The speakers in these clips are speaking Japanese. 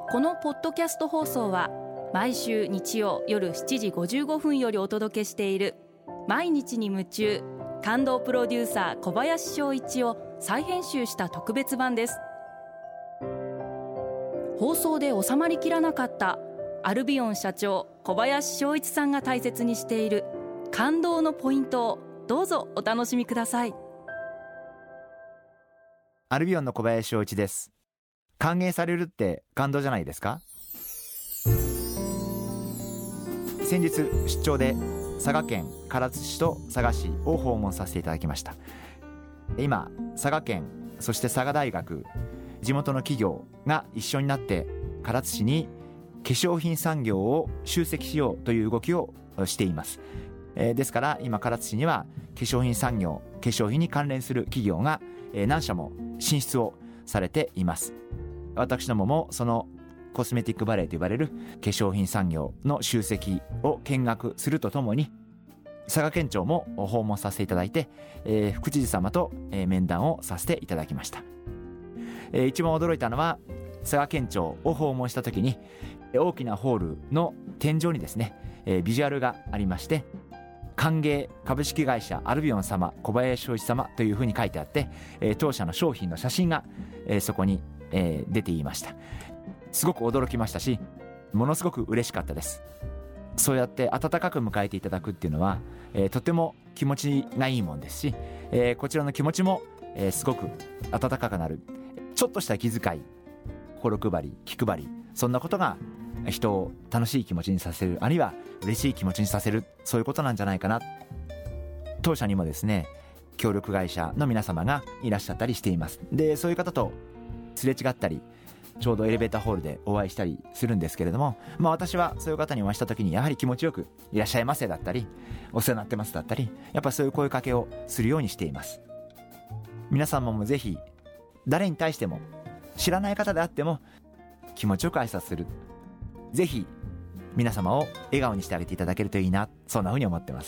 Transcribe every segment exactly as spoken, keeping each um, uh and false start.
このポッドキャスト放送は毎週日曜夜しちじごじゅうごふんよりお届けしている毎日に夢中感動プロデューサー小林翔一を再編集した特別版です。放送で収まりきらなかったアルビオン社長小林翔一さんが大切にしている感動のポイントをどうぞお楽しみください。 アルビオンの小林翔一です。歓迎されるって感動じゃないですか。先日出張で佐賀県唐津市と佐賀市を訪問させていただきました。今佐賀県そして佐賀大学地元の企業が一緒になって唐津市に化粧品産業を集積しようという動きをしています。えー、ですから今唐津市には化粧品産業化粧品に関連する企業が何社も進出をされています。私どももそのコスメティックバレーと呼ばれる化粧品産業の集積を見学するとともに佐賀県庁も訪問させていただいて、えー、副知事様と、えー、面談をさせていただきました。えー、一番驚いたのは佐賀県庁を訪問した時に大きなホールの天井にですね、えー、ビジュアルがありまして、歓迎株式会社アルビオン様小林翔一様というふうに書いてあって、えー、当社の商品の写真が、えー、そこに、えー、出ていました。すごく驚きましたし、ものすごく嬉しかったです。そうやって温かく迎えていただくっていうのは、えー、とても気持ちがいいもんですし、えー、こちらの気持ちも、えー、すごく温かくなる。ちょっとした気遣い、心配り気配り、そんなことが人を楽しい気持ちにさせる、あるいは嬉しい気持ちにさせる、そういうことなんじゃないかな。当社にもですね協力会社の皆様がいらっしゃったりしています。でそういう方とすれ違ったりちょうどエレベーターホールでお会いしたりするんですけれども、まあ、私はそういう方にお会いした時にやはり気持ちよくいらっしゃいませだったりお世話になってますだったり、やっぱそういう声かけをするようにしています。皆様もぜひ誰に対しても知らない方であっても気持ちよく挨拶する、ぜひ皆様を笑顔にしてあげていただけるといいな、そんなふうに思ってます。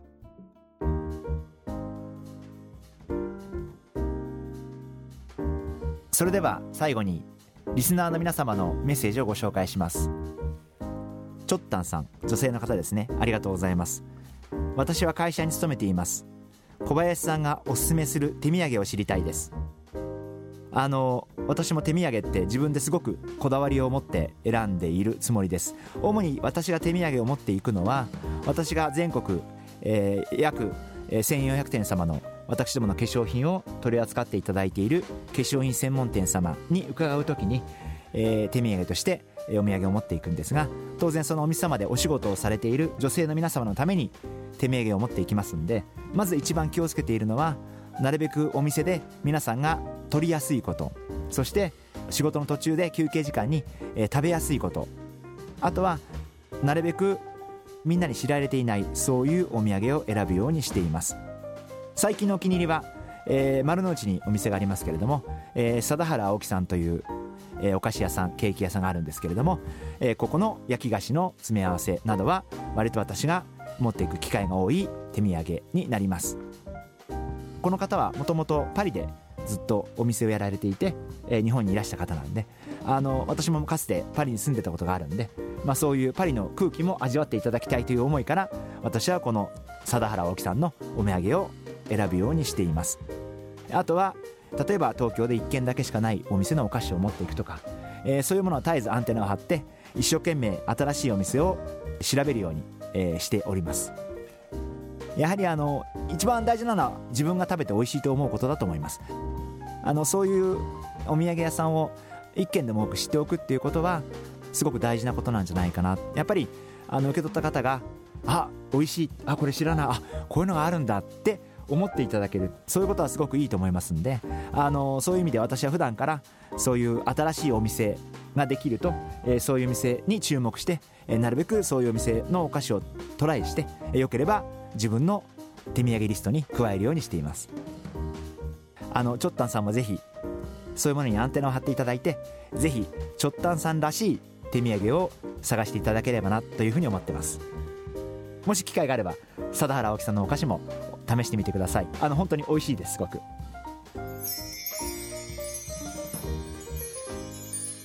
それでは最後にリスナーの皆様のメッセージをご紹介します。ちょったんさん、女性の方ですね、ありがとうございます。私は会社に勤めています。小林さんがおすすめする手土産を知りたいです。あの私も手土産って自分ですごくこだわりを持って選んでいるつもりです。主に私が手土産を持っていくのは、私が全国、えー、約せんよんひゃくてん様の私どもの化粧品を取り扱っていただいている化粧品専門店様に伺うときに、えー、手土産としてお土産を持っていくんですが、当然そのお店様でお仕事をされている女性の皆様のために手土産を持っていきますんで、まず一番気をつけているのは、なるべくお店で皆さんが取りやすいこと、そして仕事の途中で休憩時間に、えー、食べやすいこと、あとはなるべくみんなに知られていないそういうお土産を選ぶようにしています。最近のお気に入りは、えー、丸の内にお店がありますけれども、えー、貞原青木さんという、えー、お菓子屋さんケーキ屋さんがあるんですけれども、えー、ここの焼き菓子の詰め合わせなどは割と私が持っていく機会が多い手土産になります。この方はもともとパリでずっとお店をやられていて、えー、日本にいらした方なんで、あの私もかつてパリに住んでたことがあるんで、まあ、そういうパリの空気も味わっていただきたいという思いから、私はこの貞原青木さんのお土産を選ぶようにしています。あとは例えば東京でいっけんだけしかないお店のお菓子を持っていくとか、えー、そういうものは絶えずアンテナを張って一生懸命新しいお店を調べるように、えー、しております。やはりあの一番大事なのは自分が食べて美味しいと思うことだと思います。あのそういうお土産屋さんを一軒でも多く知っておくっていうことはすごく大事なことなんじゃないかな。やっぱりあの受け取った方が、あ、美味しい、あ、これ知らない、あ、こういうのがあるんだって思っていただける、そういうことはすごくいいと思いますんで、あのそういう意味で私は普段からそういう新しいお店ができると、えー、そういう店に注目して、えー、なるべくそういうお店のお菓子をトライして、えー、よければ自分の手土産リストに加えるようにしています。あのちょったんさんもぜひそういうものにアンテナを張っていただいて、ぜひちょったんさんらしい手土産を探していただければなというふうに思ってます。もし機会があれば貞原青木さんのお菓子も試してみてください。あの本当に美味しいです。すごく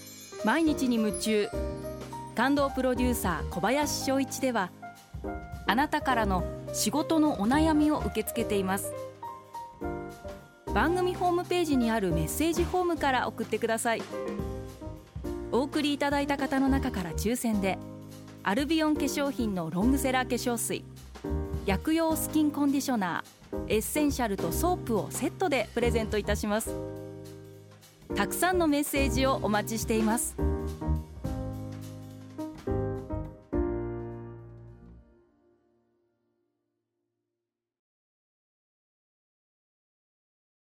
毎日に夢中感動プロデューサー小林翔一では、あなたからの仕事のお悩みを受け付けています。番組ホームページにあるメッセージフォームから送ってください。お送りいただいた方の中から抽選でアルビオン化粧品のロングセラー化粧水、薬用スキンコンディショナー、エッセンシャルとソープをセットでプレゼントいたします。たくさんのメッセージをお待ちしています。